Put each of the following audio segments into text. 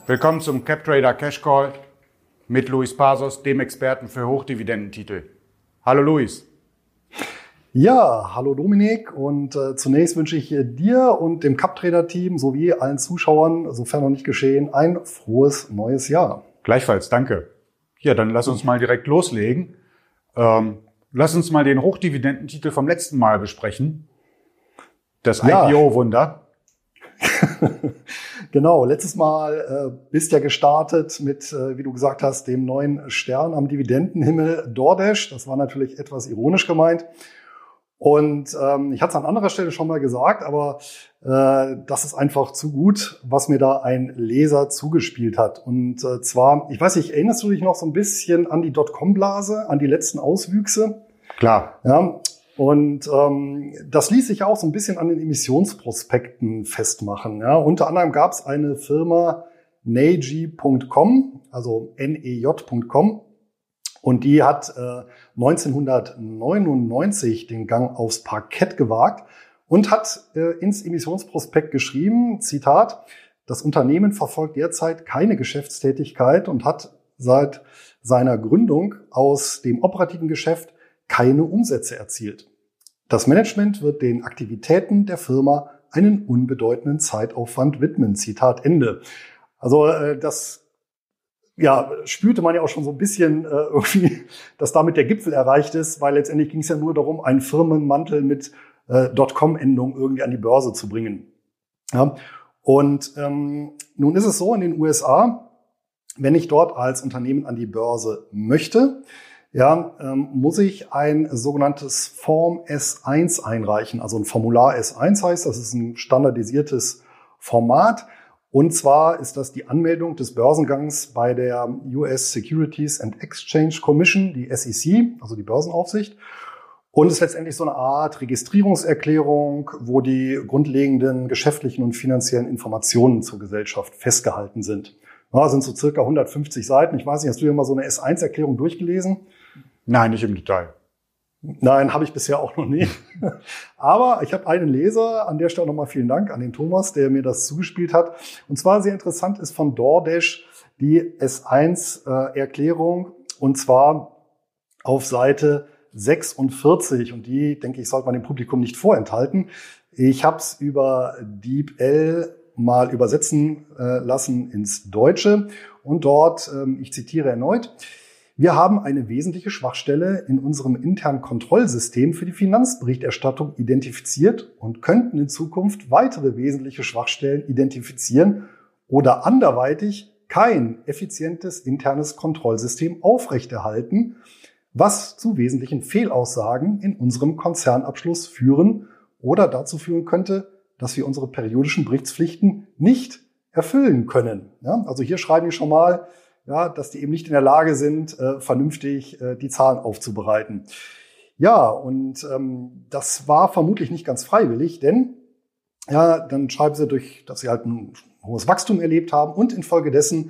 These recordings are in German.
Willkommen zum CapTrader Cash Call mit Luis Pazos, dem Experten für Hochdividendentitel. Hallo Luis. Ja, hallo Dominik und zunächst wünsche ich dir und dem CapTrader-Team sowie allen Zuschauern, sofern noch nicht geschehen, ein frohes neues Jahr. Gleichfalls, danke. Ja, dann lass uns mal direkt loslegen. Lass uns mal den Hochdividendentitel vom letzten Mal besprechen. Das IPO-Wunder. Genau, letztes Mal bist ja gestartet mit, wie du gesagt hast, dem neuen Stern am Dividendenhimmel DoorDash. Das war natürlich etwas ironisch gemeint. Und ich hatte es an anderer Stelle schon mal gesagt, aber das ist einfach zu gut, was mir da ein Leser zugespielt hat. Und zwar, ich weiß nicht, erinnerst du dich noch so ein bisschen an die Dotcom-Blase, an die letzten Auswüchse? Klar. Ja. Und das ließ sich auch so ein bisschen an den Emissionsprospekten festmachen. Ja. Unter anderem gab es eine Firma NEJ.com, also NEJ.com, und die hat 1999 den Gang aufs Parkett gewagt und hat ins Emissionsprospekt geschrieben, Zitat, das Unternehmen verfolgt derzeit keine Geschäftstätigkeit und hat seit seiner Gründung aus dem operativen Geschäft keine Umsätze erzielt. Das Management wird den Aktivitäten der Firma einen unbedeutenden Zeitaufwand widmen. Zitat Ende. Also das spürte man ja auch schon so ein bisschen irgendwie, dass damit der Gipfel erreicht ist, weil letztendlich ging es ja nur darum, einen Firmenmantel mit .com-Endung irgendwie an die Börse zu bringen. Ja. Und nun ist es so in den USA, wenn ich dort als Unternehmen an die Börse möchte, muss ich ein sogenanntes Form S1 einreichen. Also ein Formular S1 heißt, das ist ein standardisiertes Format. Und zwar ist das die Anmeldung des Börsengangs bei der US Securities and Exchange Commission, die SEC, also die Börsenaufsicht. Und es ist letztendlich so eine Art Registrierungserklärung, wo die grundlegenden geschäftlichen und finanziellen Informationen zur Gesellschaft festgehalten sind. Das sind so circa 150 Seiten. Ich weiß nicht, hast du dir mal so eine S1-Erklärung durchgelesen? Nein, nicht im Detail. Nein, habe ich bisher auch noch nie. Aber ich habe einen Leser, an der Stelle nochmal vielen Dank an den Thomas, der mir das zugespielt hat. Und zwar sehr interessant ist von DoorDash die S1-Erklärung und zwar auf Seite 46. Und die, denke ich, sollte man dem Publikum nicht vorenthalten. Ich habe es über DeepL mal übersetzen lassen ins Deutsche. Und dort, ich zitiere erneut, wir haben eine wesentliche Schwachstelle in unserem internen Kontrollsystem für die Finanzberichterstattung identifiziert und könnten in Zukunft weitere wesentliche Schwachstellen identifizieren oder anderweitig kein effizientes internes Kontrollsystem aufrechterhalten, was zu wesentlichen Fehlaussagen in unserem Konzernabschluss führen oder dazu führen könnte, dass wir unsere periodischen Berichtspflichten nicht erfüllen können. Ja, also hier schreiben wir schon mal, dass die eben nicht in der Lage sind, vernünftig die Zahlen aufzubereiten. Ja, und das war vermutlich nicht ganz freiwillig, denn dann schreiben sie dass sie halt ein hohes Wachstum erlebt haben und infolgedessen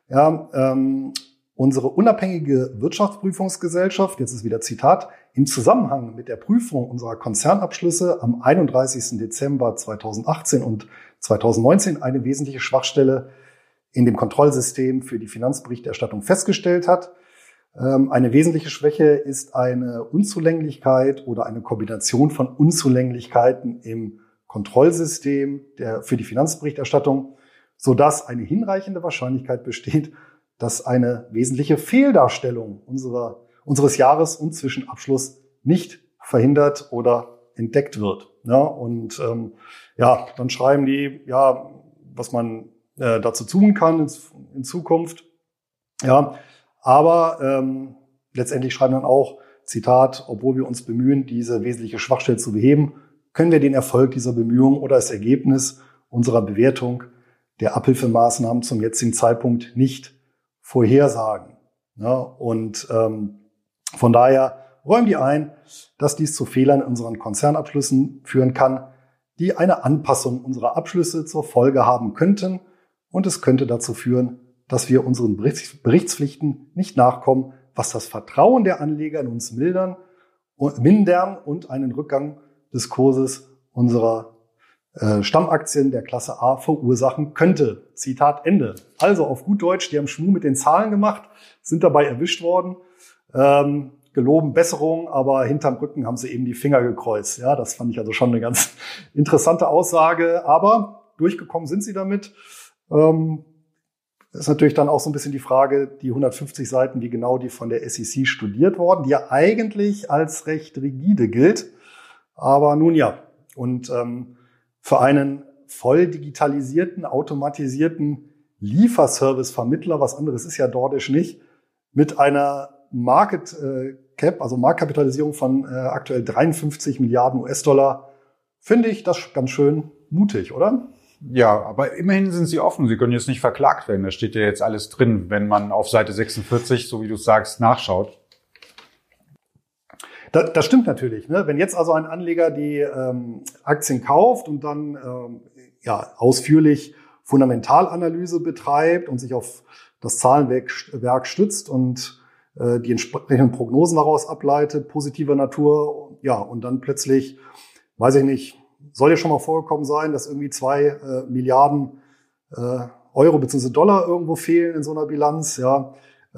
unsere unabhängige Wirtschaftsprüfungsgesellschaft, jetzt ist wieder Zitat, im Zusammenhang mit der Prüfung unserer Konzernabschlüsse am 31. Dezember 2018 und 2019 eine wesentliche Schwachstelle in dem Kontrollsystem für die Finanzberichterstattung festgestellt hat. Eine wesentliche Schwäche ist eine Unzulänglichkeit oder eine Kombination von Unzulänglichkeiten im Kontrollsystem für die Finanzberichterstattung, sodass eine hinreichende Wahrscheinlichkeit besteht, dass eine wesentliche Fehldarstellung unseres Jahres- und Zwischenabschluss nicht verhindert oder entdeckt wird. Ja, und dann schreiben die, was man dazu tun kann in Zukunft. Ja, aber letztendlich schreiben dann auch, Zitat, obwohl wir uns bemühen, diese wesentliche Schwachstelle zu beheben, können wir den Erfolg dieser Bemühungen oder das Ergebnis unserer Bewertung der Abhilfemaßnahmen zum jetzigen Zeitpunkt nicht vorhersagen. Ja, und von daher räumen die ein, dass dies zu Fehlern in unseren Konzernabschlüssen führen kann, die eine Anpassung unserer Abschlüsse zur Folge haben könnten. Und es könnte dazu führen, dass wir unseren Berichtspflichten nicht nachkommen, was das Vertrauen der Anleger in uns mindern und einen Rückgang des Kurses unserer Stammaktien der Klasse A verursachen könnte. Zitat Ende. Also auf gut Deutsch, die haben Schmuh mit den Zahlen gemacht, sind dabei erwischt worden, geloben Besserung, aber hinterm Rücken haben sie eben die Finger gekreuzt. Ja, das fand ich also schon eine ganz interessante Aussage, aber durchgekommen sind sie damit. Ist natürlich dann auch so ein bisschen die Frage, die 150 Seiten, wie genau die von der SEC studiert worden, die ja eigentlich als recht rigide gilt. Aber nun ja, und für einen voll digitalisierten, automatisierten Lieferservice-Vermittler, was anderes ist ja DoorDash nicht, mit einer Market Cap, also Marktkapitalisierung von aktuell 53 Milliarden US-Dollar, finde ich das ganz schön mutig, oder? Ja, aber immerhin sind sie offen. Sie können jetzt nicht verklagt werden. Da steht ja jetzt alles drin, wenn man auf Seite 46, so wie du sagst, nachschaut. Das stimmt natürlich. Ne? Wenn jetzt also ein Anleger die Aktien kauft und dann ausführlich Fundamentalanalyse betreibt und sich auf das Zahlenwerk stützt und die entsprechenden Prognosen daraus ableitet, positiver Natur, ja, und dann plötzlich, weiß ich nicht, soll ja schon mal vorgekommen sein, dass irgendwie 2 Milliarden Euro bzw. Dollar irgendwo fehlen in so einer Bilanz, ja,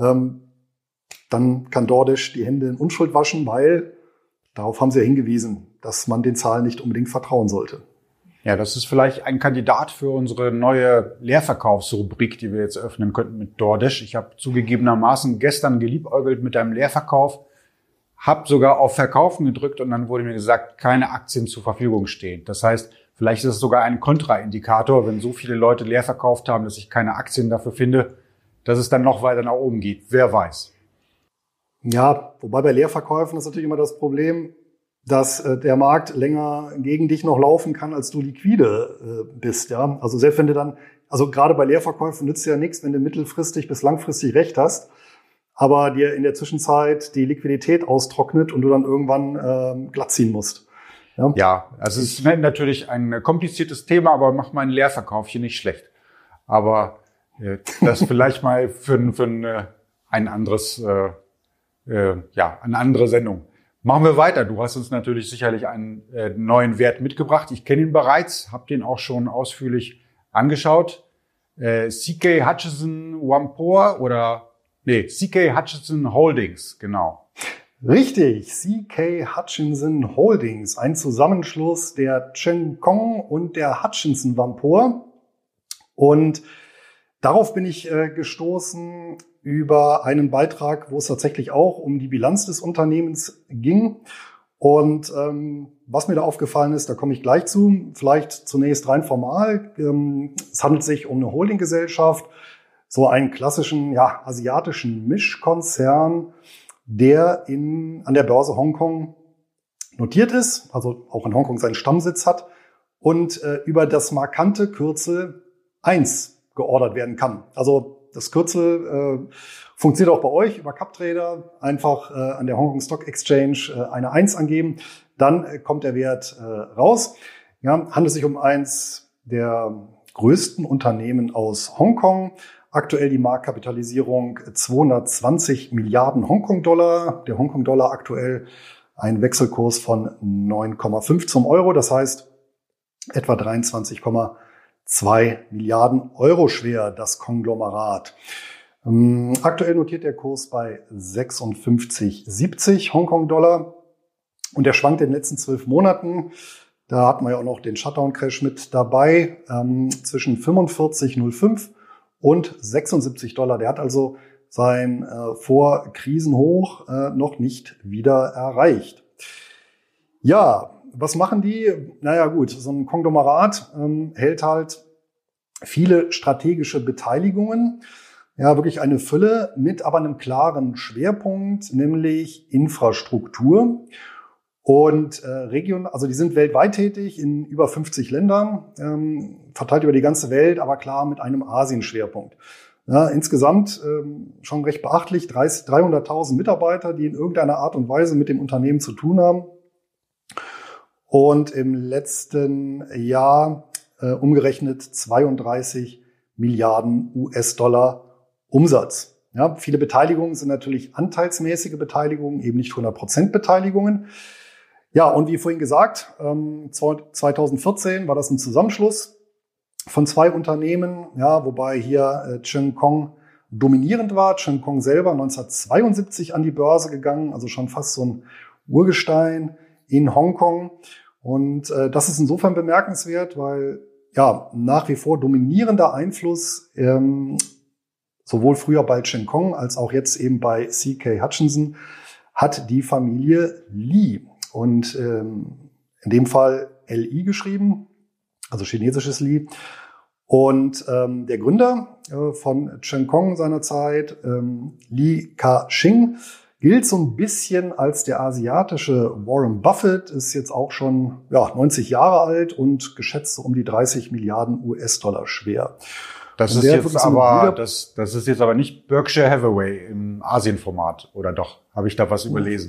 dann kann DoorDash die Hände in Unschuld waschen, weil darauf haben sie ja hingewiesen, dass man den Zahlen nicht unbedingt vertrauen sollte. Ja, das ist vielleicht ein Kandidat für unsere neue Leerverkaufsrubrik, die wir jetzt öffnen könnten mit DoorDash. Ich habe zugegebenermaßen gestern geliebäugelt mit einem Leerverkauf, habe sogar auf Verkaufen gedrückt und dann wurde mir gesagt, keine Aktien zur Verfügung stehen. Das heißt, vielleicht ist es sogar ein Kontraindikator, wenn so viele Leute leer verkauft haben, dass ich keine Aktien dafür finde, dass es dann noch weiter nach oben geht. Wer weiß. Ja, wobei bei Leerverkäufen ist natürlich immer das Problem, dass der Markt länger gegen dich noch laufen kann, als du liquide bist. Ja, also selbst wenn du dann, also gerade bei Leerverkäufen nützt ja nichts, wenn du mittelfristig bis langfristig recht hast, aber dir in der Zwischenzeit die Liquidität austrocknet und du dann irgendwann glatt ziehen musst. Ja, also es ist natürlich ein kompliziertes Thema, aber macht meinen Leerverkauf hier nicht schlecht. Aber das vielleicht mal für ein anderes, eine andere Sendung. Machen wir weiter. Du hast uns natürlich sicherlich einen neuen Wert mitgebracht. Ich kenne ihn bereits, habe den auch schon ausführlich angeschaut. CK Hutchison CK Hutchison Holdings, genau. Richtig, CK Hutchison Holdings, ein Zusammenschluss der Cheng Kong und der Hutchinson Vampor. Und darauf bin ich gestoßen über einen Beitrag, wo es tatsächlich auch um die Bilanz des Unternehmens ging. Und was mir da aufgefallen ist, da komme ich gleich zu. Vielleicht zunächst rein formal. Es handelt sich um eine Holdinggesellschaft, so einen klassischen asiatischen Mischkonzern, der an der Börse Hongkong notiert ist, also auch in Hongkong seinen Stammsitz hat und über das markante Kürzel 1 geordert werden kann. Also das Kürzel funktioniert auch bei euch über CupTrader. Einfach an der Hongkong Stock Exchange eine 1 angeben, dann kommt der Wert raus. Ja, handelt sich um eins der größten Unternehmen aus Hongkong. Aktuell die Marktkapitalisierung 220 Milliarden Hongkong-Dollar. Der Hongkong-Dollar aktuell ein Wechselkurs von 9,5 zum Euro. Das heißt etwa 23,2 Milliarden Euro schwer, das Konglomerat. Aktuell notiert der Kurs bei 56,70 Hongkong-Dollar. Und der schwankt in den letzten 12 Monaten. Da hatten wir ja auch noch den Shutdown-Crash mit dabei, zwischen 45,05 und 76 $. Der hat also sein Vor-Krisenhoch noch nicht wieder erreicht. Ja, was machen die? Naja gut, so ein Konglomerat hält halt viele strategische Beteiligungen. Ja, wirklich eine Fülle mit aber einem klaren Schwerpunkt, nämlich Infrastruktur. Und also die sind weltweit tätig in über 50 Ländern, verteilt über die ganze Welt, aber klar mit einem Asien-Schwerpunkt. Ja, insgesamt schon recht beachtlich, 300.000 Mitarbeiter, die in irgendeiner Art und Weise mit dem Unternehmen zu tun haben. Und im letzten Jahr umgerechnet 32 Milliarden US-Dollar Umsatz. Ja, viele Beteiligungen sind natürlich anteilsmäßige Beteiligungen, eben nicht 100% Beteiligungen. Ja, und wie vorhin gesagt, 2014 war das ein Zusammenschluss von 2 Unternehmen, ja, wobei hier Cheng Kong dominierend war. Cheng Kong selber 1972 an die Börse gegangen, also schon fast so ein Urgestein in Hongkong. Und das ist insofern bemerkenswert, weil ja nach wie vor dominierender Einfluss sowohl früher bei Cheng Kong als auch jetzt eben bei CK Hutchison hat die Familie Li. Und in dem Fall LI geschrieben, also chinesisches Li. Und der Gründer von Cheng Kong seinerzeit, Li Ka-shing, gilt so ein bisschen als der asiatische Warren Buffett, ist jetzt auch schon 90 Jahre alt und geschätzt so um die 30 Milliarden US-Dollar schwer. Das ist jetzt aber nicht Berkshire Hathaway im Asienformat, oder doch? Habe ich da was überlesen?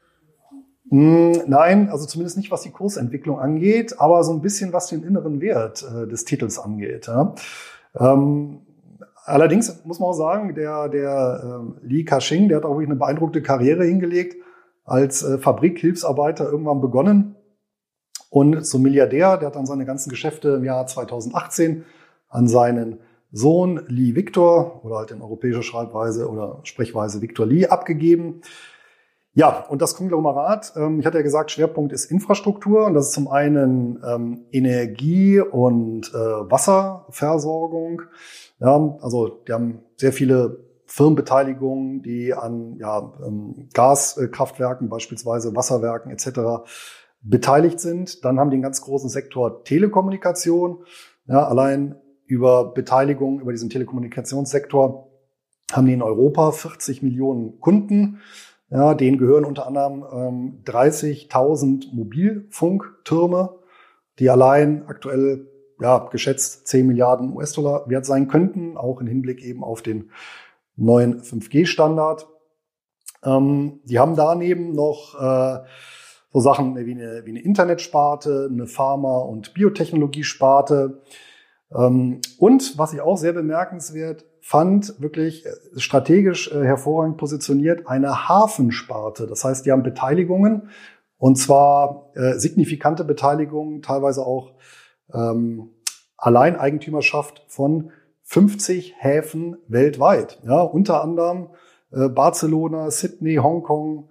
Nein, also zumindest nicht, was die Kursentwicklung angeht, aber so ein bisschen, was den inneren Wert des Titels angeht. Ja. Allerdings muss man auch sagen, der Li Ka-shing, der hat auch wirklich eine beeindruckende Karriere hingelegt, als Fabrikhilfsarbeiter irgendwann begonnen und zum Milliardär, der hat dann seine ganzen Geschäfte im Jahr 2018 an seinen Sohn Li Victor oder halt in europäischer Schreibweise oder Sprechweise Victor Li abgegeben. Ja, und das Konglomerat, ich hatte ja gesagt, Schwerpunkt ist Infrastruktur und das ist zum einen Energie- und Wasserversorgung. Ja, also die haben sehr viele Firmenbeteiligungen, die an Gaskraftwerken, beispielsweise Wasserwerken etc. beteiligt sind. Dann haben die einen ganz großen Sektor Telekommunikation. Ja, allein über Beteiligung über diesen Telekommunikationssektor haben die in Europa 40 Millionen Kunden. Ja, denen gehören unter anderem 30.000 Mobilfunktürme, die allein aktuell geschätzt 10 Milliarden US-Dollar wert sein könnten, auch im Hinblick eben auf den neuen 5G-Standard. Die haben daneben noch so Sachen wie eine Internetsparte, eine Pharma- und Biotechnologiesparte. Und was ich auch sehr bemerkenswert fand, wirklich strategisch hervorragend positioniert, eine Hafensparte. Das heißt, die haben Beteiligungen, und zwar signifikante Beteiligungen, teilweise auch Alleineigentümerschaft von 50 Häfen weltweit. Ja, unter anderem Barcelona, Sydney, Hongkong,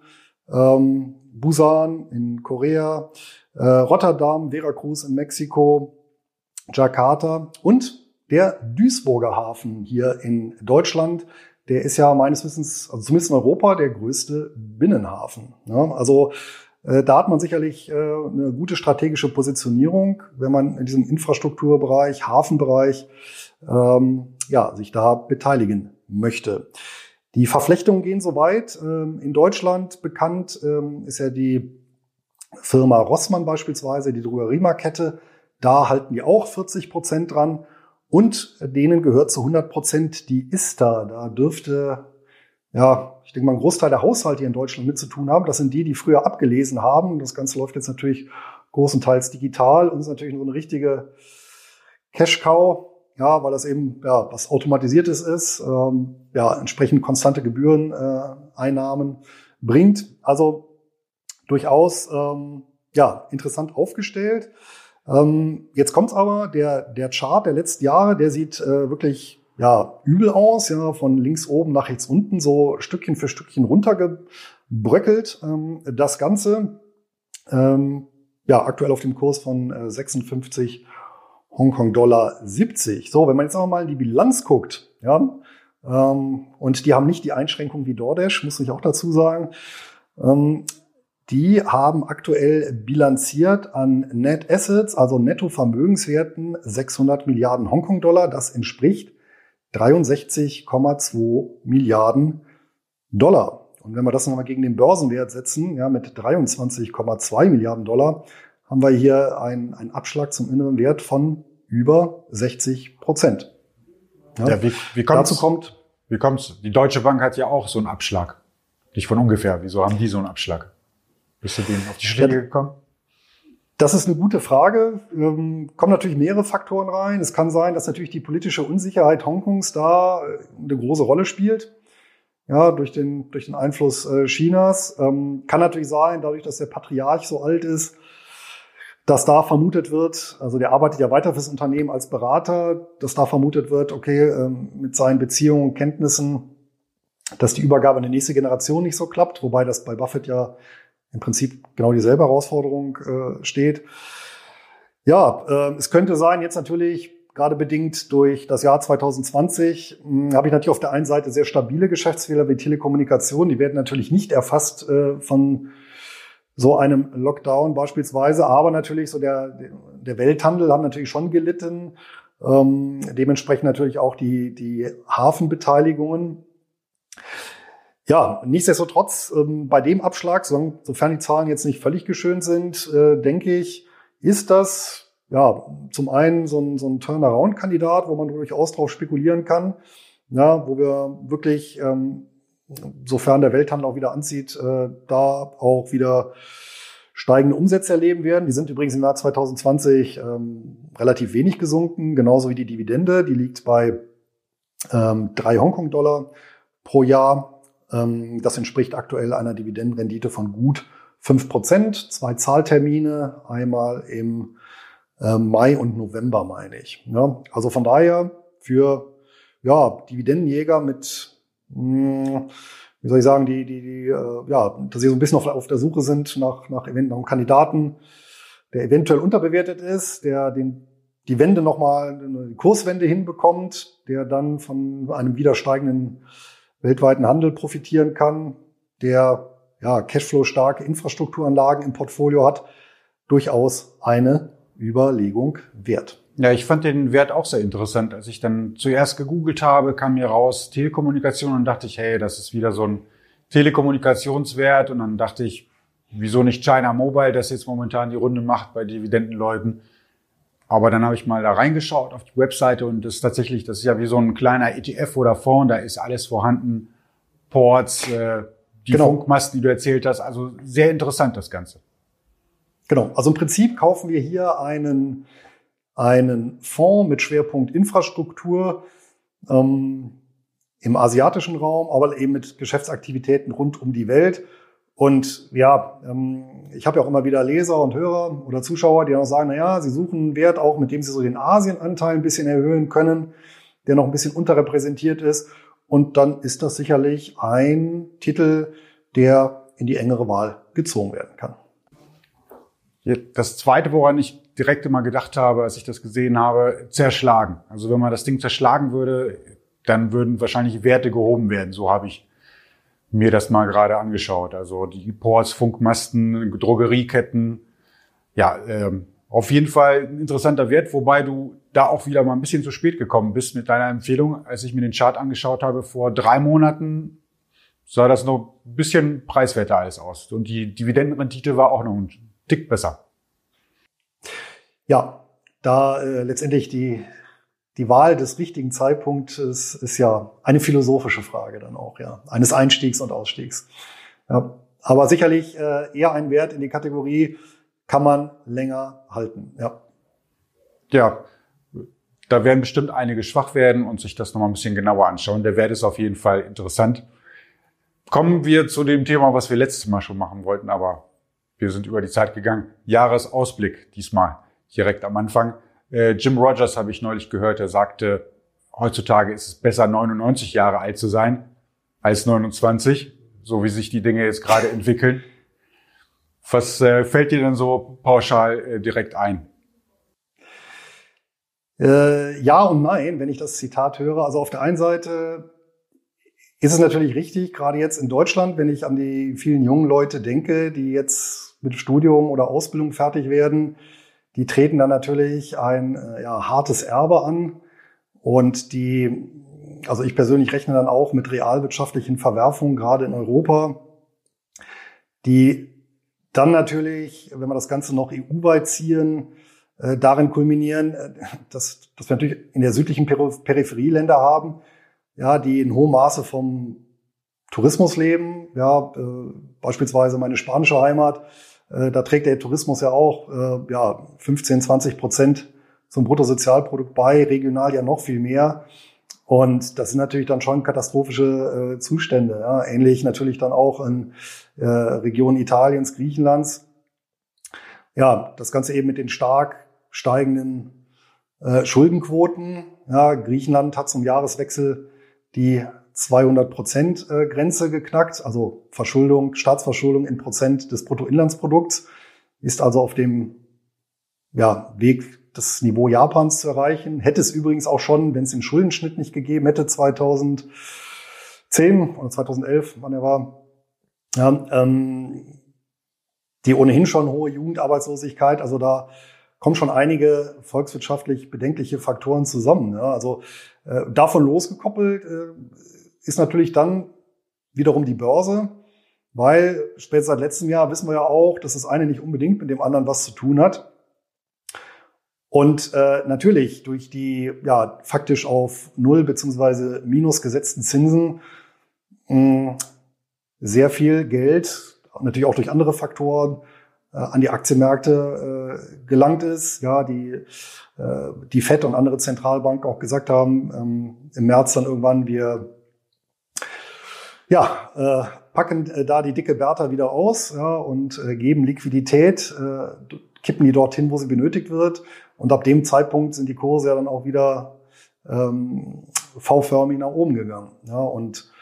Busan in Korea, Rotterdam, Veracruz in Mexiko, Jakarta und der Duisburger Hafen hier in Deutschland, der ist ja meines Wissens, also zumindest in Europa, der größte Binnenhafen. Ja, also da hat man sicherlich eine gute strategische Positionierung, wenn man in diesem Infrastrukturbereich, Hafenbereich sich da beteiligen möchte. Die Verflechtungen gehen so weit. In Deutschland bekannt ist ja die Firma Rossmann beispielsweise, die Drogeriemarkette. Da halten die auch 40% dran. Und denen gehört zu 100% die ISTA. Da dürfte, ich denke mal, ein Großteil der Haushalte hier in Deutschland mit zu tun haben. Das sind die früher abgelesen haben. Das Ganze läuft jetzt natürlich großenteils digital und ist natürlich so eine richtige Cash-Cow, weil das eben was Automatisiertes ist, entsprechend konstante Gebühreneinnahmen bringt. Also durchaus interessant aufgestellt. Jetzt kommt's aber, der Chart der letzten Jahre, der sieht wirklich übel aus, von links oben nach rechts unten, so Stückchen für Stückchen runtergebröckelt. Das Ganze aktuell auf dem Kurs von 56 Hongkong-Dollar 70. So, wenn man jetzt aber mal in die Bilanz guckt, und die haben nicht die Einschränkung wie DoorDash, muss ich auch dazu sagen, die haben aktuell bilanziert an Net Assets, also Nettovermögenswerten, 600 Milliarden Hongkong-Dollar. Das entspricht 63,2 Milliarden Dollar. Und wenn wir das nochmal gegen den Börsenwert setzen, mit 23,2 Milliarden Dollar, haben wir hier einen Abschlag zum inneren Wert von über 60%. Wie kommt's? Die Deutsche Bank hat ja auch so einen Abschlag. Nicht von ungefähr. Wieso haben die so einen Abschlag? Bist du denen auf die Schläge gekommen? Das ist eine gute Frage. Kommen natürlich mehrere Faktoren rein. Es kann sein, dass natürlich die politische Unsicherheit Hongkongs da eine große Rolle spielt. ja, durch den Einfluss Chinas. Kann natürlich sein, dadurch, dass der Patriarch so alt ist, dass da vermutet wird, also der arbeitet ja weiter fürs Unternehmen als Berater, dass da vermutet wird, okay, mit seinen Beziehungen und Kenntnissen, dass die Übergabe in die nächste Generation nicht so klappt, wobei das bei Buffett ja im Prinzip genau dieselbe Herausforderung steht. Ja, es könnte sein, jetzt natürlich, gerade bedingt durch das Jahr 2020, habe ich natürlich auf der einen Seite sehr stabile Geschäftsfelder wie Telekommunikation, die werden natürlich nicht erfasst von so einem Lockdown beispielsweise, aber natürlich so der Welthandel hat natürlich schon gelitten, dementsprechend natürlich auch die Hafenbeteiligungen. Ja, nichtsdestotrotz, bei dem Abschlag, sofern die Zahlen jetzt nicht völlig geschönt sind, denke ich, ist das ja zum einen so ein Turnaround-Kandidat, wo man durchaus drauf spekulieren kann, ja, wo wir wirklich sofern der Welthandel auch wieder anzieht, da auch wieder steigende Umsätze erleben werden. Die sind übrigens im Jahr 2020 relativ wenig gesunken, genauso wie die Dividende. Die liegt bei 3 Hongkong-Dollar pro Jahr. Das entspricht aktuell einer Dividendenrendite von gut 5%. 2 Zahltermine, einmal im Mai und November, meine ich. Ja, also von daher für Dividendenjäger mit wie soll ich sagen, dass sie so ein bisschen auf der Suche sind nach einem Kandidaten, der eventuell unterbewertet ist, der die Wende nochmal, eine Kurswende hinbekommt, der dann von einem wieder steigenden weltweiten Handel profitieren kann, der Cashflow-starke Infrastrukturanlagen im Portfolio hat, durchaus eine Überlegung wert. Ja, ich fand den Wert auch sehr interessant. Als ich dann zuerst gegoogelt habe, kam mir raus Telekommunikation und dachte ich, hey, das ist wieder so ein Telekommunikationswert. Und dann dachte ich, wieso nicht China Mobile, das jetzt momentan die Runde macht bei Dividendenleuten. Aber dann habe ich mal da reingeschaut auf die Webseite und das ist ja wie so ein kleiner ETF oder Fonds, da ist alles vorhanden. Ports, die Funkmasten, die du erzählt hast. Also sehr interessant das Ganze. Genau, also im Prinzip kaufen wir hier einen Fonds mit Schwerpunkt Infrastruktur im asiatischen Raum, aber eben mit Geschäftsaktivitäten rund um die Welt. Und ja, ich habe ja auch immer wieder Leser und Hörer oder Zuschauer, die auch sagen, sie suchen einen Wert auch, mit dem sie so den Asienanteil ein bisschen erhöhen können, der noch ein bisschen unterrepräsentiert ist. Und dann ist das sicherlich ein Titel, der in die engere Wahl gezogen werden kann. Das Zweite, woran ich direkt immer gedacht habe, als ich das gesehen habe, zerschlagen. Also wenn man das Ding zerschlagen würde, dann würden wahrscheinlich Werte gehoben werden. So habe ich mir das mal gerade angeschaut. Also die Ports, Funkmasten, Drogerieketten. Ja, auf jeden Fall ein interessanter Wert, wobei du da auch wieder mal ein bisschen zu spät gekommen bist mit deiner Empfehlung. Als ich mir den Chart angeschaut habe, vor 3 Monaten sah das noch ein bisschen preiswerter alles aus. Und die Dividendenrendite war auch noch ein Tick besser. Ja, da letztendlich die Wahl des richtigen Zeitpunktes ist ja eine philosophische Frage dann auch, ja, eines Einstiegs und Ausstiegs. Ja, aber sicherlich eher ein Wert in die Kategorie kann man länger halten. Ja. Ja, da werden bestimmt einige schwach werden und sich das nochmal ein bisschen genauer anschauen. Der Wert ist auf jeden Fall interessant. Kommen wir zu dem Thema, was wir letztes Mal schon machen wollten, aber wir sind über die Zeit gegangen. Jahresausblick diesmal direkt am Anfang. Jim Rogers habe ich neulich gehört, er sagte, heutzutage ist es besser, 99 Jahre alt zu sein als 29, so wie sich die Dinge jetzt gerade entwickeln. Was fällt dir denn so pauschal direkt ein? Ja und nein, wenn ich das Zitat höre. Also auf der einen Seite ist es natürlich richtig, gerade jetzt in Deutschland, wenn ich an die vielen jungen Leute denke, die jetzt mit Studium oder Ausbildung fertig werden, die treten dann natürlich ein hartes Erbe an und also ich persönlich rechne dann auch mit realwirtschaftlichen Verwerfungen, gerade in Europa, die dann natürlich, wenn wir das Ganze noch EU-weit ziehen, darin kulminieren, dass wir natürlich in der südlichen Peripherie Länder haben, ja, die in hohem Maße vom Tourismus leben, ja, beispielsweise meine spanische Heimat. Da trägt der Tourismus ja auch 15-20% zum Bruttosozialprodukt bei, regional ja noch viel mehr. Und das sind natürlich dann schon katastrophische Zustände. Ja. Ähnlich natürlich dann auch in Regionen Italiens, Griechenlands. Ja, das Ganze eben mit den stark steigenden Schuldenquoten. Ja, Griechenland hat zum Jahreswechsel die 200% Grenze geknackt, also Verschuldung, Staatsverschuldung in Prozent des Bruttoinlandsprodukts, ist also auf dem Weg, das Niveau Japans zu erreichen. Hätte es übrigens auch schon, wenn es den Schuldenschnitt nicht gegeben hätte, 2010 oder 2011, wann er war, die ohnehin schon hohe Jugendarbeitslosigkeit, also da kommen schon einige volkswirtschaftlich bedenkliche Faktoren zusammen. Ja. Also davon losgekoppelt ist natürlich dann wiederum die Börse, weil spätestens seit letztem Jahr wissen wir ja auch, dass das eine nicht unbedingt mit dem anderen was zu tun hat. Und natürlich durch die faktisch auf Null beziehungsweise Minus gesetzten Zinsen sehr viel Geld, natürlich auch durch andere Faktoren, an die Aktienmärkte gelangt ist. Ja, die FED und andere Zentralbanken auch gesagt haben, im März dann irgendwann, wir packen da die dicke Bertha wieder aus, ja, und geben Liquidität, kippen die dorthin, wo sie benötigt wird. Und ab dem Zeitpunkt sind die Kurse ja dann auch wieder V-förmig nach oben gegangen. Ja, und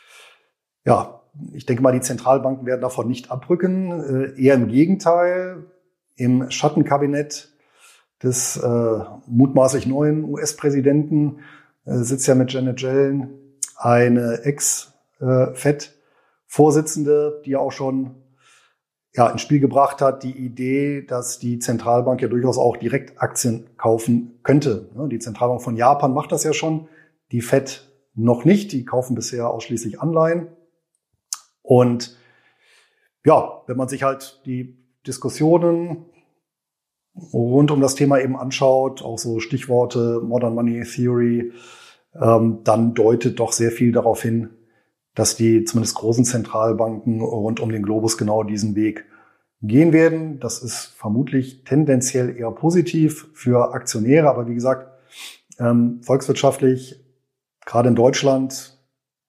ich denke mal, die Zentralbanken werden davon nicht abrücken. Eher im Gegenteil. Im Schattenkabinett des mutmaßlich neuen US-Präsidenten sitzt ja mit Janet Yellen eine Ex-Fed-Vorsitzende, die ja auch schon ins Spiel gebracht hat, die Idee, dass die Zentralbank ja durchaus auch direkt Aktien kaufen könnte. Die Zentralbank von Japan macht das ja schon, die Fed noch nicht, die kaufen bisher ausschließlich Anleihen. Und wenn man sich halt die Diskussionen rund um das Thema eben anschaut, auch so Stichworte Modern Money Theory, dann deutet doch sehr viel darauf hin, dass die zumindest großen Zentralbanken rund um den Globus genau diesen Weg gehen werden. Das ist vermutlich tendenziell eher positiv für Aktionäre, aber wie gesagt, volkswirtschaftlich, gerade in Deutschland,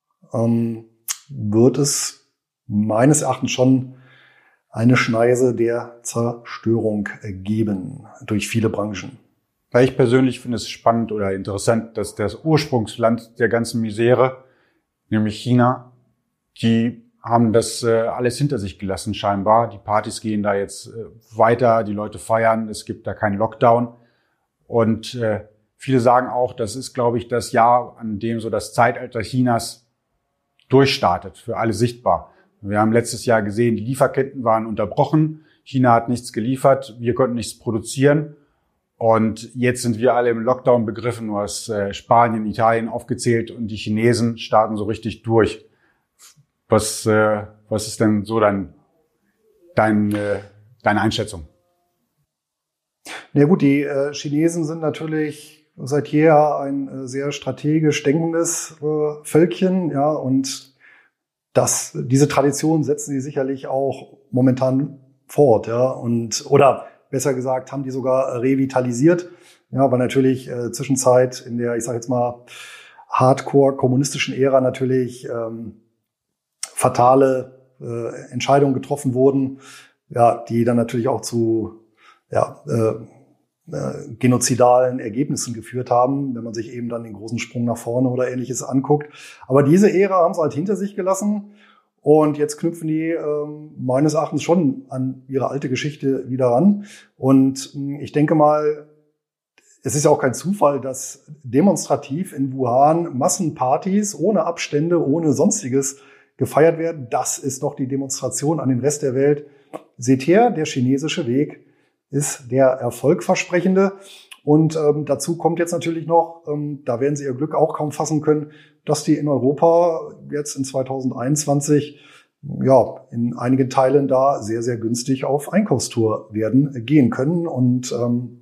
wird es meines Erachtens schon eine Schneise der Zerstörung geben durch viele Branchen. Weil ich persönlich finde es spannend oder interessant, dass das Ursprungsland der ganzen Misere, nämlich China, die haben das alles hinter sich gelassen scheinbar. Die Partys gehen da jetzt weiter, die Leute feiern, es gibt da keinen Lockdown. Und viele sagen auch, das ist, glaube ich, das Jahr, an dem so das Zeitalter Chinas durchstartet, für alle sichtbar. Wir haben letztes Jahr gesehen, die Lieferketten waren unterbrochen, China hat nichts geliefert, wir konnten nichts produzieren. Und jetzt sind wir alle im Lockdown begriffen, du hast Spanien, Italien aufgezählt und die Chinesen starten so richtig durch. Was ist denn so deine Einschätzung? Na gut, die Chinesen sind natürlich seit jeher ein sehr strategisch denkendes Völkchen, ja, und diese Tradition setzen sie sicherlich auch momentan fort, ja, oder besser gesagt, haben die sogar revitalisiert, ja, weil natürlich Zwischenzeit in der, ich sage jetzt mal, hardcore-kommunistischen Ära natürlich fatale Entscheidungen getroffen wurden, ja, die dann natürlich auch zu genozidalen Ergebnissen geführt haben, wenn man sich eben dann den großen Sprung nach vorne oder Ähnliches anguckt. Aber diese Ära haben sie halt hinter sich gelassen und jetzt knüpfen die meines Erachtens schon an ihre alte Geschichte wieder ran. Und ich denke mal, es ist ja auch kein Zufall, dass demonstrativ in Wuhan Massenpartys ohne Abstände, ohne Sonstiges gefeiert werden. Das ist doch die Demonstration an den Rest der Welt. Seht her, der chinesische Weg ist der erfolgversprechende. Und dazu kommt jetzt natürlich noch, da werden Sie Ihr Glück auch kaum fassen können, dass die in Europa jetzt in 2021 in einigen Teilen da sehr, sehr günstig auf Einkaufstour gehen können. Und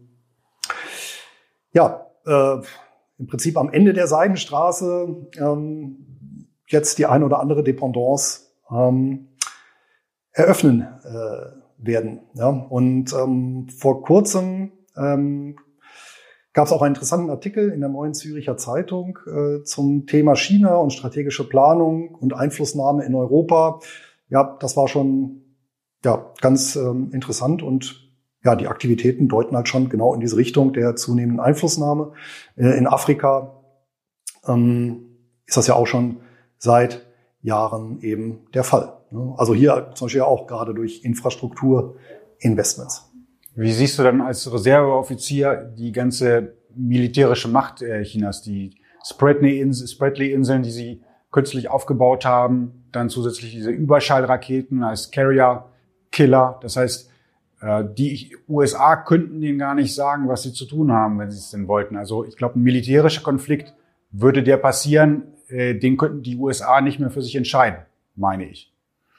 im Prinzip am Ende der Seidenstraße jetzt die ein oder andere Dependance eröffnen werden. Ja. Und vor kurzem gab es auch einen interessanten Artikel in der Neuen Züricher Zeitung zum Thema China und strategische Planung und Einflussnahme in Europa. Ja, das war schon ganz interessant und ja, die Aktivitäten deuten halt schon genau in diese Richtung der zunehmenden Einflussnahme. In Afrika ist das ja auch schon seit Jahren eben der Fall. Also hier zum Beispiel auch gerade durch Infrastrukturinvestments. Wie siehst du dann als Reserveoffizier die ganze militärische Macht Chinas, die Spratly-Inseln, die sie kürzlich aufgebaut haben, dann zusätzlich diese Überschallraketen als Carrier-Killer. Das heißt, die USA könnten denen gar nicht sagen, was sie zu tun haben, wenn sie es denn wollten. Also ich glaube, ein militärischer Konflikt würde der passieren, den könnten die USA nicht mehr für sich entscheiden, meine ich.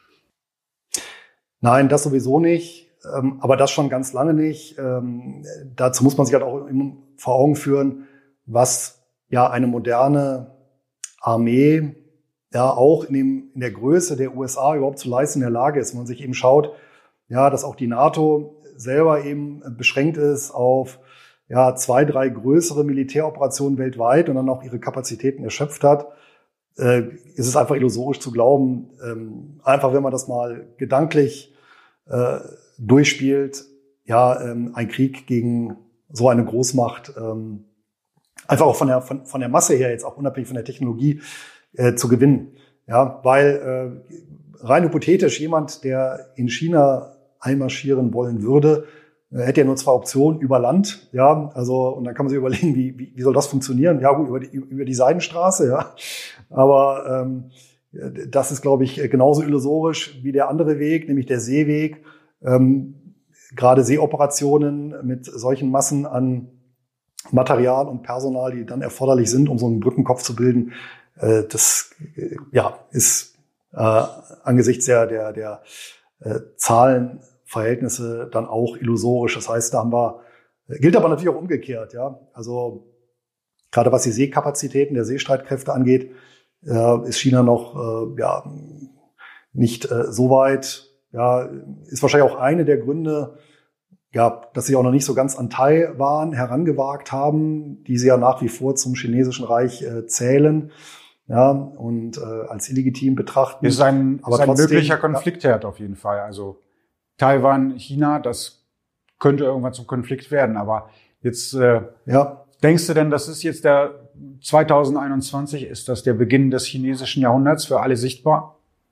Nein, das sowieso nicht. Aber das schon ganz lange nicht. Dazu muss man sich halt auch vor Augen führen, was ja eine moderne Armee ja auch in der Größe der USA überhaupt zu leisten in der Lage ist. Wenn man sich eben schaut, ja, dass auch die NATO selber eben beschränkt ist auf 2, 3 größere Militäroperationen weltweit und dann auch ihre Kapazitäten erschöpft hat, ist es einfach illusorisch zu glauben, einfach wenn man das mal gedanklich durchspielt, ein Krieg gegen so eine Großmacht, einfach auch von der Masse her, jetzt auch unabhängig von der Technologie, zu gewinnen. Ja, weil rein hypothetisch jemand, der in China einmarschieren wollen würde, hätte ja nur 2 Optionen über Land, ja, also, und dann kann man sich überlegen, wie soll das funktionieren? Ja, gut, über die Seidenstraße, ja, aber das ist, glaube ich, genauso illusorisch wie der andere Weg, nämlich der Seeweg. Gerade Seeoperationen mit solchen Massen an Material und Personal, die dann erforderlich sind, um so einen Brückenkopf zu bilden, das ist angesichts der Zahlenverhältnisse dann auch illusorisch. Das heißt, gilt aber natürlich auch umgekehrt, ja. Also gerade was die Seekapazitäten der Seestreitkräfte angeht, ist China noch nicht so weit. Ja, ist wahrscheinlich auch eine der Gründe, dass sie auch noch nicht so ganz an Taiwan herangewagt haben, die sie ja nach wie vor zum chinesischen Reich zählen, ja, und als illegitim betrachten. Ist ein möglicher Konfliktherd auf jeden Fall. Also Taiwan, China, das könnte irgendwann zum Konflikt werden. Aber jetzt denkst du denn, das ist jetzt der 2021, ist das der Beginn des chinesischen Jahrhunderts für alle sichtbar?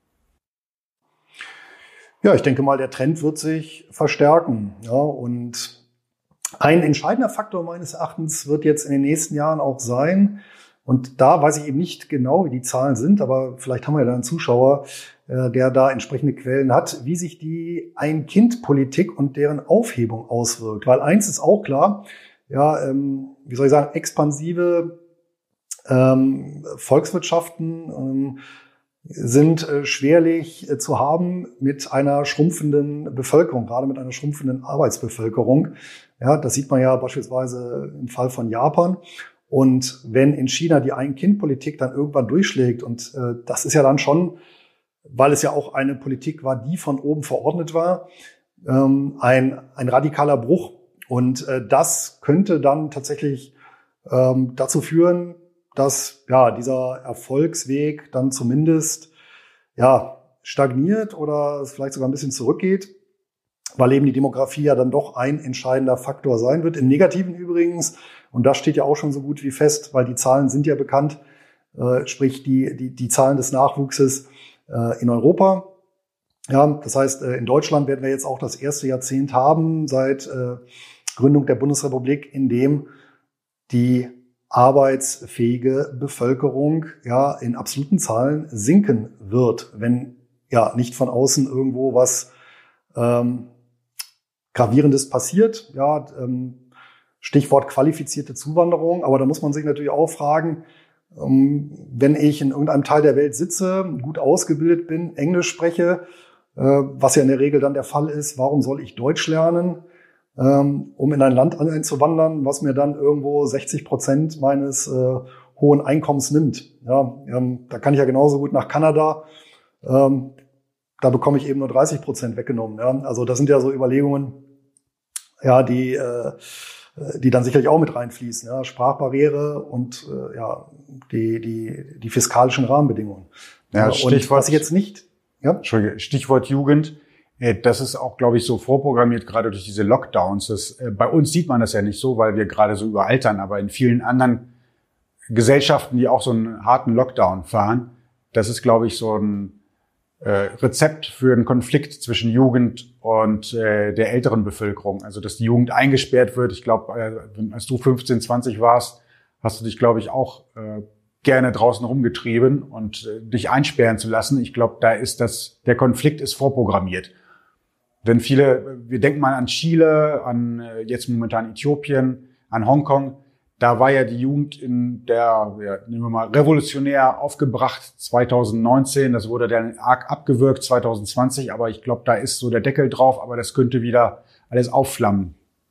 Ja, ich denke mal, der Trend wird sich verstärken. Ja, und ein entscheidender Faktor meines Erachtens wird jetzt in den nächsten Jahren auch sein, und da weiß ich eben nicht genau, wie die Zahlen sind, aber vielleicht haben wir ja da einen Zuschauer, der da entsprechende Quellen hat, wie sich die Ein-Kind-Politik und deren Aufhebung auswirkt. Weil eins ist auch klar, expansive Volkswirtschaften sind schwerlich zu haben mit einer schrumpfenden Bevölkerung, gerade mit einer schrumpfenden Arbeitsbevölkerung. Ja, das sieht man ja beispielsweise im Fall von Japan. Und wenn in China die Ein-Kind-Politik dann irgendwann durchschlägt, und das ist ja dann schon, weil es ja auch eine Politik war, die von oben verordnet war, ein radikaler Bruch. Und das könnte dann tatsächlich dazu führen, dass dieser Erfolgsweg dann zumindest stagniert oder es vielleicht sogar ein bisschen zurückgeht, weil eben die Demografie ja dann doch ein entscheidender Faktor sein wird. Im Negativen übrigens, und das steht ja auch schon so gut wie fest, weil die Zahlen sind ja bekannt, sprich die Zahlen des Nachwuchses in Europa. Ja, das heißt, in Deutschland werden wir jetzt auch das erste Jahrzehnt haben seit Gründung der Bundesrepublik, in dem die arbeitsfähige Bevölkerung in absoluten Zahlen sinken wird, wenn nicht von außen irgendwo was Gravierendes passiert. Stichwort qualifizierte Zuwanderung. Aber da muss man sich natürlich auch fragen, wenn ich in irgendeinem Teil der Welt sitze, gut ausgebildet bin, Englisch spreche, was ja in der Regel dann der Fall ist, warum soll ich Deutsch lernen, um in ein Land einzuwandern, was mir dann irgendwo 60% meines hohen Einkommens nimmt. Da kann ich ja genauso gut nach Kanada, da bekomme ich eben nur 30% weggenommen. Also das sind ja so Überlegungen, die die dann sicherlich auch mit reinfließen. Ja, Sprachbarriere und die fiskalischen Rahmenbedingungen. Ja, und was ich jetzt nicht... Ja? Entschuldige, Stichwort Jugend. Das ist auch, glaube ich, so vorprogrammiert, gerade durch diese Lockdowns. Bei uns sieht man das ja nicht so, weil wir gerade so überaltern, aber in vielen anderen Gesellschaften, die auch so einen harten Lockdown fahren, das ist, glaube ich, so ein Rezept für einen Konflikt zwischen Jugend und der älteren Bevölkerung. Also, dass die Jugend eingesperrt wird. Ich glaube, als du 15, 20 warst, hast du dich, glaube ich, auch gerne draußen rumgetrieben und dich einsperren zu lassen. Ich glaube, der Konflikt ist vorprogrammiert. Denn wir denken mal an Chile, an jetzt momentan Äthiopien, an Hongkong. Da war ja die Jugend nehmen wir mal, revolutionär aufgebracht 2019. Das wurde dann arg abgewürgt 2020. Aber ich glaube, da ist so der Deckel drauf. Aber das könnte wieder alles aufflammen.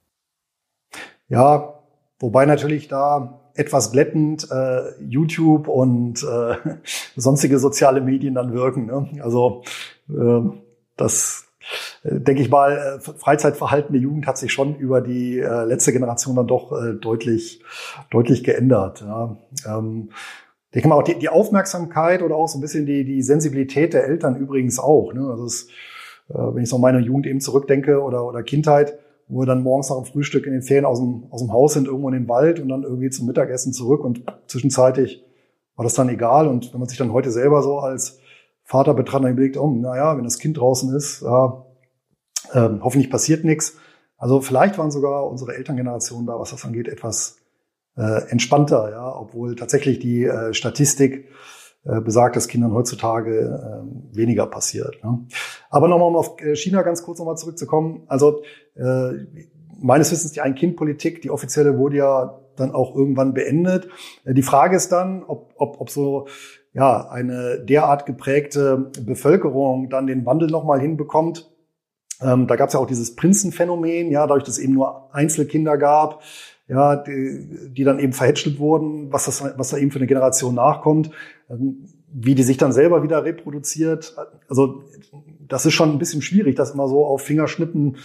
Ja, wobei natürlich da etwas glättend YouTube und sonstige soziale Medien dann wirken. Ne? Also das denke ich mal, Freizeitverhalten der Jugend hat sich schon über die letzte Generation dann doch deutlich geändert. Ja. Denke mal auch die Aufmerksamkeit oder auch so ein bisschen die Sensibilität der Eltern übrigens auch. Ne? Also wenn ich so an meine Jugend eben zurückdenke oder Kindheit, wo wir dann morgens nach dem Frühstück in den Ferien aus dem Haus sind, irgendwo in den Wald und dann irgendwie zum Mittagessen zurück und zwischenzeitlich war das dann egal. Und wenn man sich dann heute selber so als Vater betrachtet, dann überlegt, wenn das Kind draußen ist, hoffentlich passiert nichts. Also vielleicht waren sogar unsere Elterngenerationen da, was das angeht, etwas entspannter, ja, obwohl tatsächlich die Statistik besagt, dass Kindern heutzutage weniger passiert. Ne? Aber nochmal, um auf China ganz kurz nochmal zurückzukommen. Also meines Wissens die Ein-Kind-Politik, die offizielle, wurde ja dann auch irgendwann beendet. Die Frage ist dann, ob so eine derart geprägte Bevölkerung dann den Wandel nochmal hinbekommt. Da gab es ja auch dieses Prinzenphänomen, ja, dadurch, dass es eben nur Einzelkinder gab, ja, die dann eben verhätschelt wurden, was da eben für eine Generation nachkommt, wie die sich dann selber wieder reproduziert. Also das ist schon ein bisschen schwierig, das immer so auf Fingerschnippen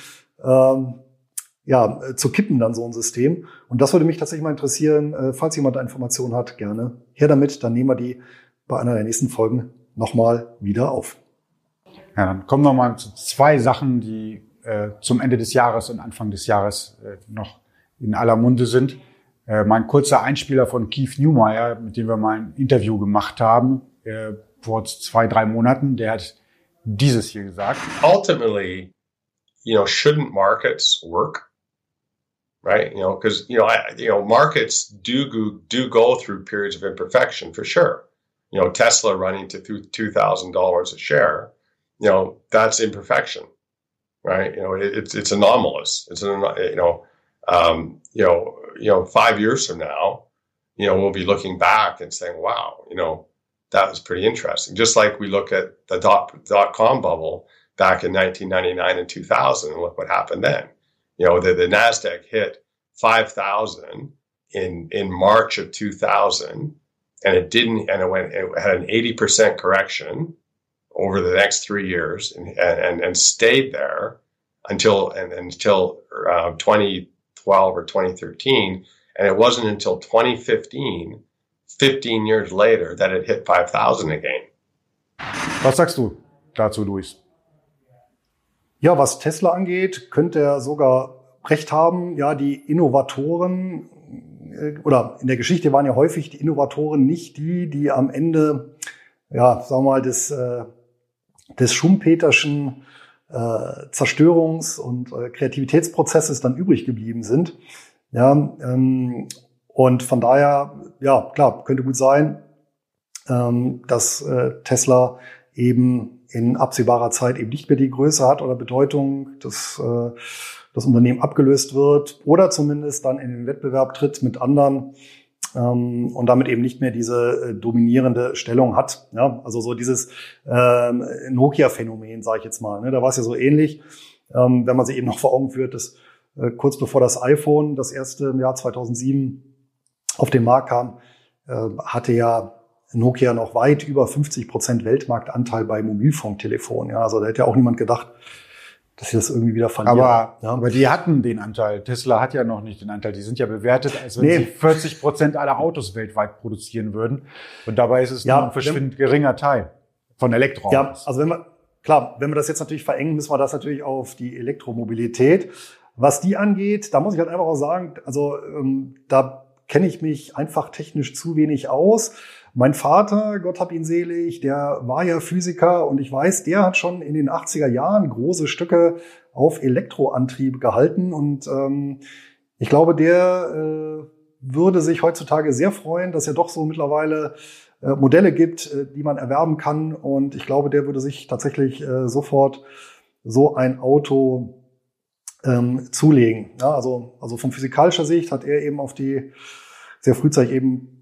zu kippen, dann so ein System. Und das würde mich tatsächlich mal interessieren, falls jemand da Informationen hat, gerne her damit, dann nehmen wir die bei einer der nächsten Folgen nochmal wieder auf. Ja, dann kommen wir mal zu zwei Sachen, die zum Ende des Jahres und Anfang des Jahres noch in aller Munde sind. Mein kurzer Einspieler von Keith Neumeyer, mit dem wir mal ein Interview gemacht haben, vor 2-3 Monaten, der hat dieses hier gesagt. Ultimately, shouldn't markets work? Right? Because, markets do go through periods of imperfection for sure. Tesla running to $2,000 a share, that's imperfection, right? It's anomalous. It's 5 years from now, we'll be looking back and saying, wow, that was pretty interesting. Just like we look at the dot-com bubble back in 1999 and 2000, and look what happened then. The NASDAQ hit 5,000 in March of 2000, and it had an 80% correction over the next 3 years and stayed there until 2012 or 2013. And it wasn't until 2015, 15 years later, that it hit 5,000 again. Was sagst du dazu, Luis? Ja, was Tesla angeht, könnte er sogar recht haben. Ja, die Innovatoren oder in der Geschichte waren ja häufig die Innovatoren nicht die am Ende, sagen wir mal, des Schumpeterschen Zerstörungs- und Kreativitätsprozesses dann übrig geblieben sind. Ja, und von daher, ja, klar, könnte gut sein, dass Tesla eben in absehbarer Zeit eben nicht mehr die Größe hat oder Bedeutung, dass das Unternehmen abgelöst wird oder zumindest dann in den Wettbewerb tritt mit anderen und damit eben nicht mehr diese dominierende Stellung hat. Ja, also so dieses Nokia-Phänomen, sage ich jetzt mal. Ne? Da war es ja so ähnlich, wenn man sich eben noch vor Augen führt, dass kurz bevor das iPhone, das erste im Jahr 2007 auf den Markt kam, hatte ja Nokia noch weit über 50% Weltmarktanteil bei Mobilfunktelefonen. Ja, also da hätte ja auch niemand gedacht, sie das irgendwie wieder verlieren. Aber die hatten den Anteil. Tesla hat ja noch nicht den Anteil. Die sind ja bewertet, als wenn sie 40% aller Autos weltweit produzieren würden. Und dabei ist es nur ein verschwindend geringer Teil von Elektroautos. Ja, also wenn wir das jetzt natürlich verengen, müssen wir das natürlich auf die Elektromobilität. Was die angeht, da muss ich halt einfach auch sagen, also da kenne ich mich einfach technisch zu wenig aus. Mein Vater, Gott hab ihn selig, der war ja Physiker und ich weiß, der hat schon in den 80er Jahren große Stücke auf Elektroantrieb gehalten und ich glaube, der würde sich heutzutage sehr freuen, dass er doch so mittlerweile Modelle gibt, die man erwerben kann und ich glaube, der würde sich tatsächlich sofort so ein Auto zulegen. Ja, also von physikalischer Sicht hat er eben auf die sehr frühzeitig eben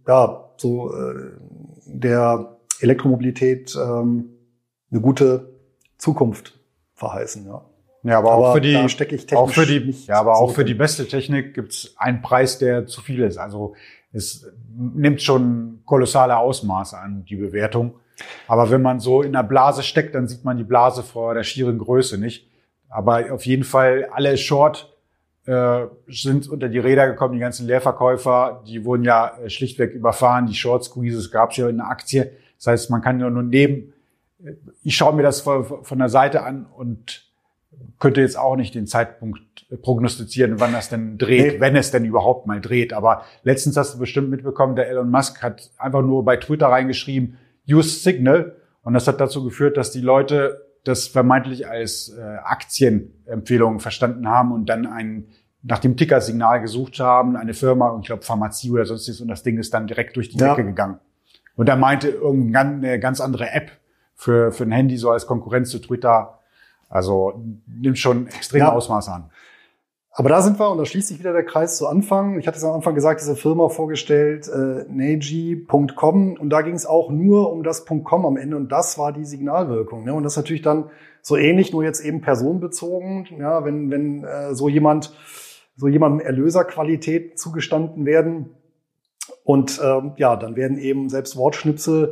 der Elektromobilität eine gute Zukunft verheißen. Ja, aber auch für die, da stecke ich technisch nicht aber so auch für die beste Technik gibt's einen Preis, der zu viel ist. Also es nimmt schon kolossale Ausmaße an, die Bewertung. Aber wenn man so in der Blase steckt, dann sieht man die Blase vor der schieren Größe nicht. Aber auf jeden Fall alle Short sind unter die Räder gekommen, die ganzen Leerverkäufer, die wurden ja schlichtweg überfahren, die Short Squeezes gab es ja in der Aktie. Das heißt, man kann ja nur ich schaue mir das von der Seite an und könnte jetzt auch nicht den Zeitpunkt prognostizieren, wann das denn dreht, wenn es denn überhaupt mal dreht. Aber letztens hast du bestimmt mitbekommen, der Elon Musk hat einfach nur bei Twitter reingeschrieben, use Signal. Und das hat dazu geführt, dass die Leute das vermeintlich als Aktienempfehlung verstanden haben und dann nach dem Tickersignal gesucht haben, eine Firma, ich glaube Pharmazie oder sonstiges, und das Ding ist dann direkt durch die Decke gegangen. Und er meinte irgendeine ganz andere App für ein Handy, so als Konkurrenz zu Twitter. Also nimmt schon extreme Ausmaße an. Aber da sind wir, und da schließt sich wieder der Kreis zu Anfang. Ich hatte es am Anfang gesagt, diese Firma vorgestellt, Neji.com, und da ging es auch nur um das .com am Ende, und das war die Signalwirkung. Ne? Und das ist natürlich dann so ähnlich, nur jetzt eben personenbezogen. Ja, wenn so jemandem Erlöserqualität zugestanden werden und dann werden eben selbst Wortschnipsel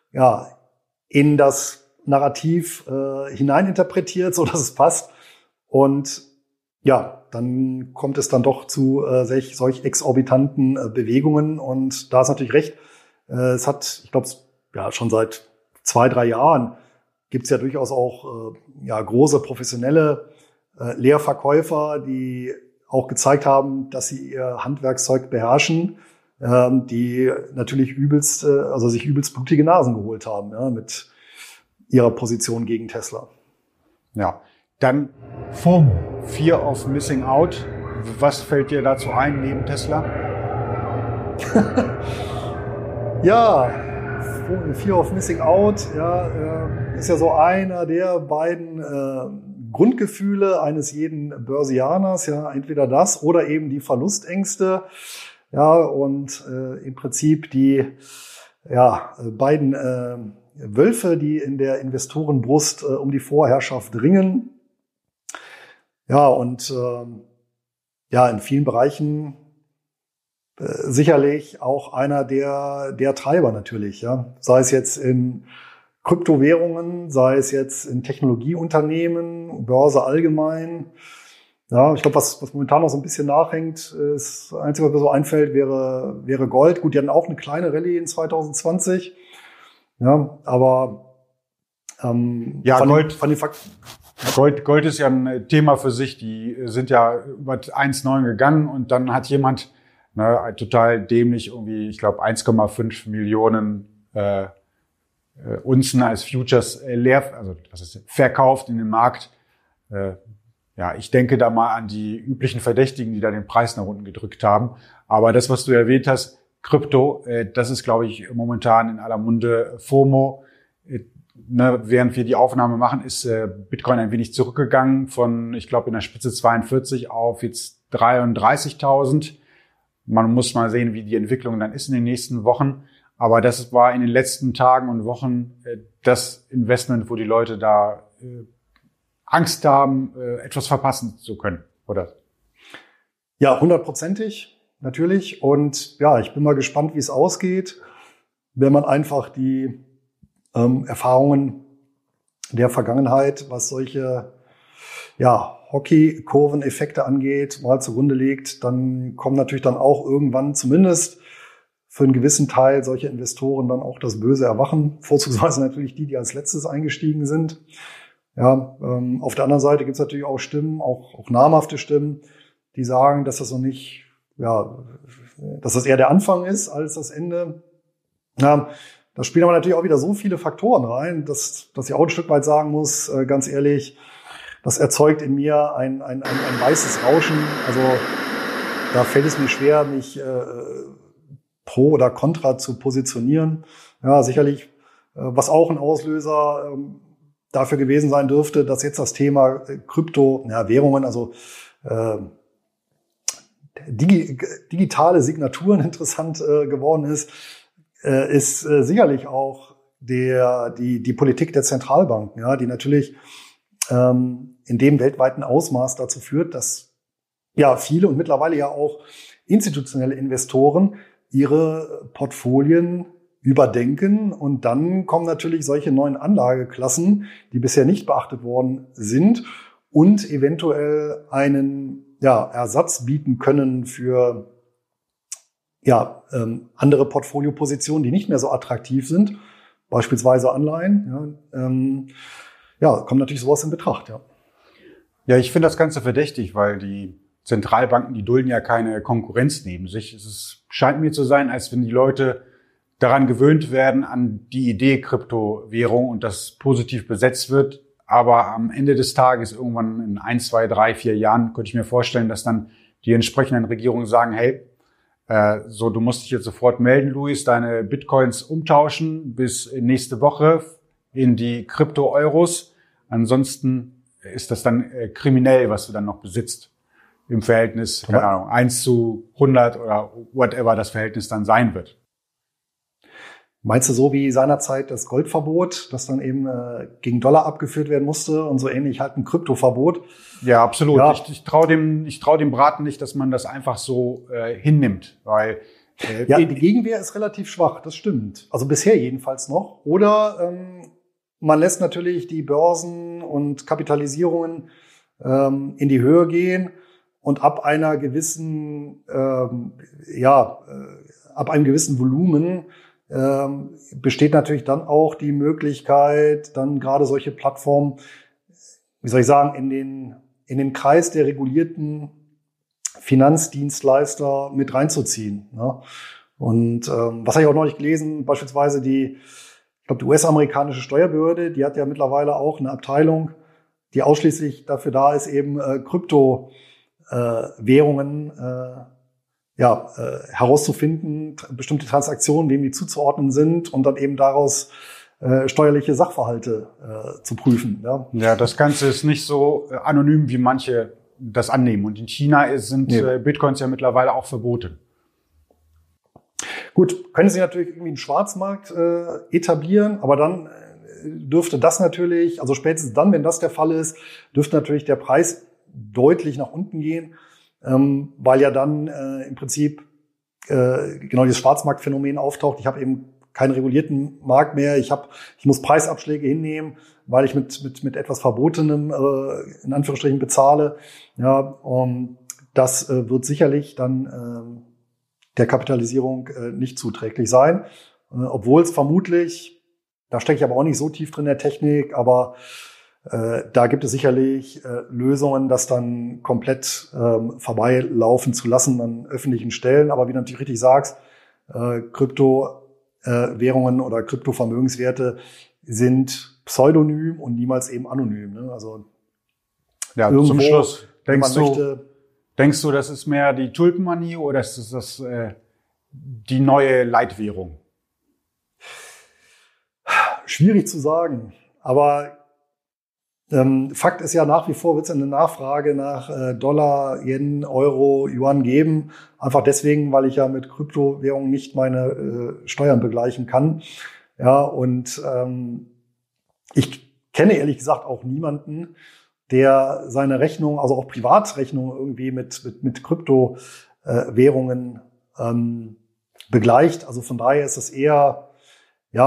in das Narrativ hineininterpretiert, so dass es passt. Und dann kommt es dann doch zu solch exorbitanten Bewegungen. Und da ist natürlich recht. Es hat, ich glaube, schon seit 2-3 Jahren gibt es ja durchaus auch große professionelle Leerverkäufer, die auch gezeigt haben, dass sie ihr Handwerkszeug beherrschen, die natürlich sich übelst blutige Nasen geholt haben, mit ihrer Position gegen Tesla. Ja, dann FOMO, Fear of Missing Out. Was fällt dir dazu ein neben Tesla? Fear of Missing Out, ist ja so einer der beiden Grundgefühle eines jeden Börsianers, entweder das oder eben die Verlustängste, und im Prinzip die beiden Wölfe, die in der Investorenbrust um die Vorherrschaft ringen. In vielen Bereichen sicherlich auch einer der Treiber natürlich, sei es jetzt in Kryptowährungen, sei es jetzt in Technologieunternehmen, Börse allgemein. Ja, ich glaube, was momentan noch so ein bisschen nachhängt, ist, das Einzige, was mir so einfällt, wäre Gold. Gut, die hatten auch eine kleine Rallye in 2020. Ja, aber Gold ist ja ein Thema für sich. Die sind ja über 1,9 gegangen und dann hat jemand total dämlich irgendwie, ich glaube, 1,5 Millionen Unzen als Futures verkauft in den Markt. Ich denke da mal an die üblichen Verdächtigen, die da den Preis nach unten gedrückt haben. Aber das, was du erwähnt hast, Krypto, das ist, glaube ich, momentan in aller Munde. FOMO. Während wir die Aufnahme machen, ist Bitcoin ein wenig zurückgegangen von, ich glaube, in der Spitze 42 auf jetzt 33.000. Man muss mal sehen, wie die Entwicklung dann ist in den nächsten Wochen. Aber das war in den letzten Tagen und Wochen das Investment, wo die Leute da Angst haben, etwas verpassen zu können, oder? Ja, 100%ig, natürlich. Und ich bin mal gespannt, wie es ausgeht, wenn man einfach die Erfahrungen der Vergangenheit, was solche Hockey-Kurven-Effekte angeht, mal zugrunde legt, dann kommen natürlich dann auch irgendwann zumindest für einen gewissen Teil solche Investoren dann auch das böse Erwachen, vorzugsweise natürlich die als letztes eingestiegen sind. Ja, auf der anderen Seite gibt es natürlich auch Stimmen, auch namhafte Stimmen, die sagen, dass das noch nicht, dass das eher der Anfang ist als das Ende. Ja, da spielen aber natürlich auch wieder so viele Faktoren rein, dass ich auch ein Stück weit sagen muss, ganz ehrlich, das erzeugt in mir ein weißes Rauschen. Also da fällt es mir schwer, mich pro oder contra zu positionieren. Ja, sicherlich, was auch ein Auslöser dafür gewesen sein dürfte, dass jetzt das Thema Währungen, also digitale Signaturen interessant geworden ist sicherlich auch die Politik der Zentralbanken, ja, die natürlich in dem weltweiten Ausmaß dazu führt, dass viele und mittlerweile ja auch institutionelle Investoren ihre Portfolien überdenken, und dann kommen natürlich solche neuen Anlageklassen, die bisher nicht beachtet worden sind und eventuell einen Ersatz bieten können für andere Portfoliopositionen, die nicht mehr so attraktiv sind, beispielsweise Anleihen. Kommt natürlich sowas in Betracht. Ja, ich finde das Ganze verdächtig, weil die Zentralbanken, die dulden ja keine Konkurrenz neben sich. Es scheint mir zu sein, als wenn die Leute daran gewöhnt werden, an die Idee Kryptowährung, und das positiv besetzt wird. Aber am Ende des Tages, irgendwann in 1, 2, 3, 4 Jahren, könnte ich mir vorstellen, dass dann die entsprechenden Regierungen sagen, hey, du musst dich jetzt sofort melden, Luis, deine Bitcoins umtauschen bis nächste Woche in die Krypto-Euros. Ansonsten ist das dann kriminell, was du dann noch besitzt. Im Verhältnis, keine Ahnung, 1:100 oder whatever das Verhältnis dann sein wird. Meinst du so wie seinerzeit das Goldverbot, das dann eben gegen Dollar abgeführt werden musste, und so ähnlich halt ein Kryptoverbot? Ja, absolut. Ja. Ich trau dem Braten nicht, dass man das einfach so hinnimmt, weil die Gegenwehr ist relativ schwach, das stimmt. Also bisher jedenfalls noch. Oder man lässt natürlich die Börsen und Kapitalisierungen in die Höhe gehen, und ab einer gewissen ab einem gewissen Volumen besteht natürlich dann auch die Möglichkeit, dann gerade solche Plattformen, in den Kreis der regulierten Finanzdienstleister mit reinzuziehen. Ne? Und was habe ich auch neulich gelesen, beispielsweise die US-amerikanische Steuerbehörde, die hat ja mittlerweile auch eine Abteilung, die ausschließlich dafür da ist, eben Kryptowährungen herauszufinden, bestimmte Transaktionen, wem die zuzuordnen sind, und dann eben daraus steuerliche Sachverhalte zu prüfen. Ja, das Ganze ist nicht so anonym, wie manche das annehmen. Und in China sind Bitcoins ja mittlerweile auch verboten. Gut, können Sie natürlich irgendwie einen Schwarzmarkt etablieren, aber dann dürfte das natürlich, also spätestens dann, wenn das der Fall ist, dürfte natürlich der Preis deutlich nach unten gehen, weil ja dann im Prinzip genau dieses Schwarzmarktphänomen auftaucht. Ich habe eben keinen regulierten Markt mehr. Ich muss Preisabschläge hinnehmen, weil ich mit etwas Verbotenem in Anführungsstrichen bezahle. Ja, und das wird sicherlich dann der Kapitalisierung nicht zuträglich sein, obwohl es vermutlich, da stecke ich aber auch nicht so tief drin in der Technik, aber da gibt es sicherlich Lösungen, das dann komplett vorbeilaufen zu lassen an öffentlichen Stellen. Aber wie du natürlich richtig sagst, Kryptowährungen oder Kryptovermögenswerte sind pseudonym und niemals eben anonym. Ne? Also zum Schluss, denkst du, das ist mehr die Tulpenmanie oder ist das die neue Leitwährung? Schwierig zu sagen, aber Fakt ist ja, nach wie vor wird es eine Nachfrage nach Dollar, Yen, Euro, Yuan geben. Einfach deswegen, weil ich ja mit Kryptowährungen nicht meine Steuern begleichen kann. Ja, und ich kenne ehrlich gesagt auch niemanden, der seine Rechnung, also auch Privatrechnungen irgendwie mit Kryptowährungen begleicht. Also von daher ist das eher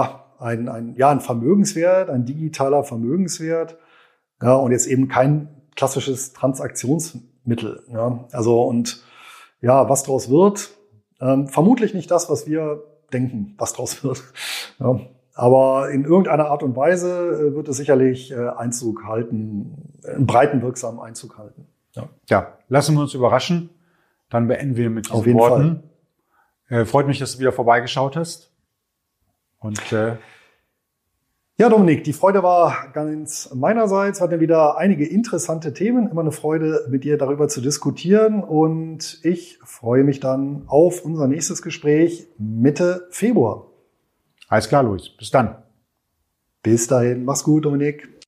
ein Vermögenswert, ein digitaler Vermögenswert. Ja, und jetzt eben kein klassisches Transaktionsmittel. Ja. Also und ja, was draus wird, vermutlich nicht das, was wir denken, was draus wird. Ja. Aber in irgendeiner Art und Weise wird es sicherlich Einzug halten, einen breiten, wirksamen Einzug halten. Ja, lassen wir uns überraschen. Dann beenden wir mit diesen Auf jeden Worten. Freut mich, dass du wieder vorbeigeschaut hast. Und ja, Dominik, die Freude war ganz meinerseits. Wir hatten wieder einige interessante Themen. Immer eine Freude, mit dir darüber zu diskutieren. Und ich freue mich dann auf unser nächstes Gespräch Mitte Februar. alles klar, Luis. Bis dann. Bis dahin. Mach's gut, Dominik.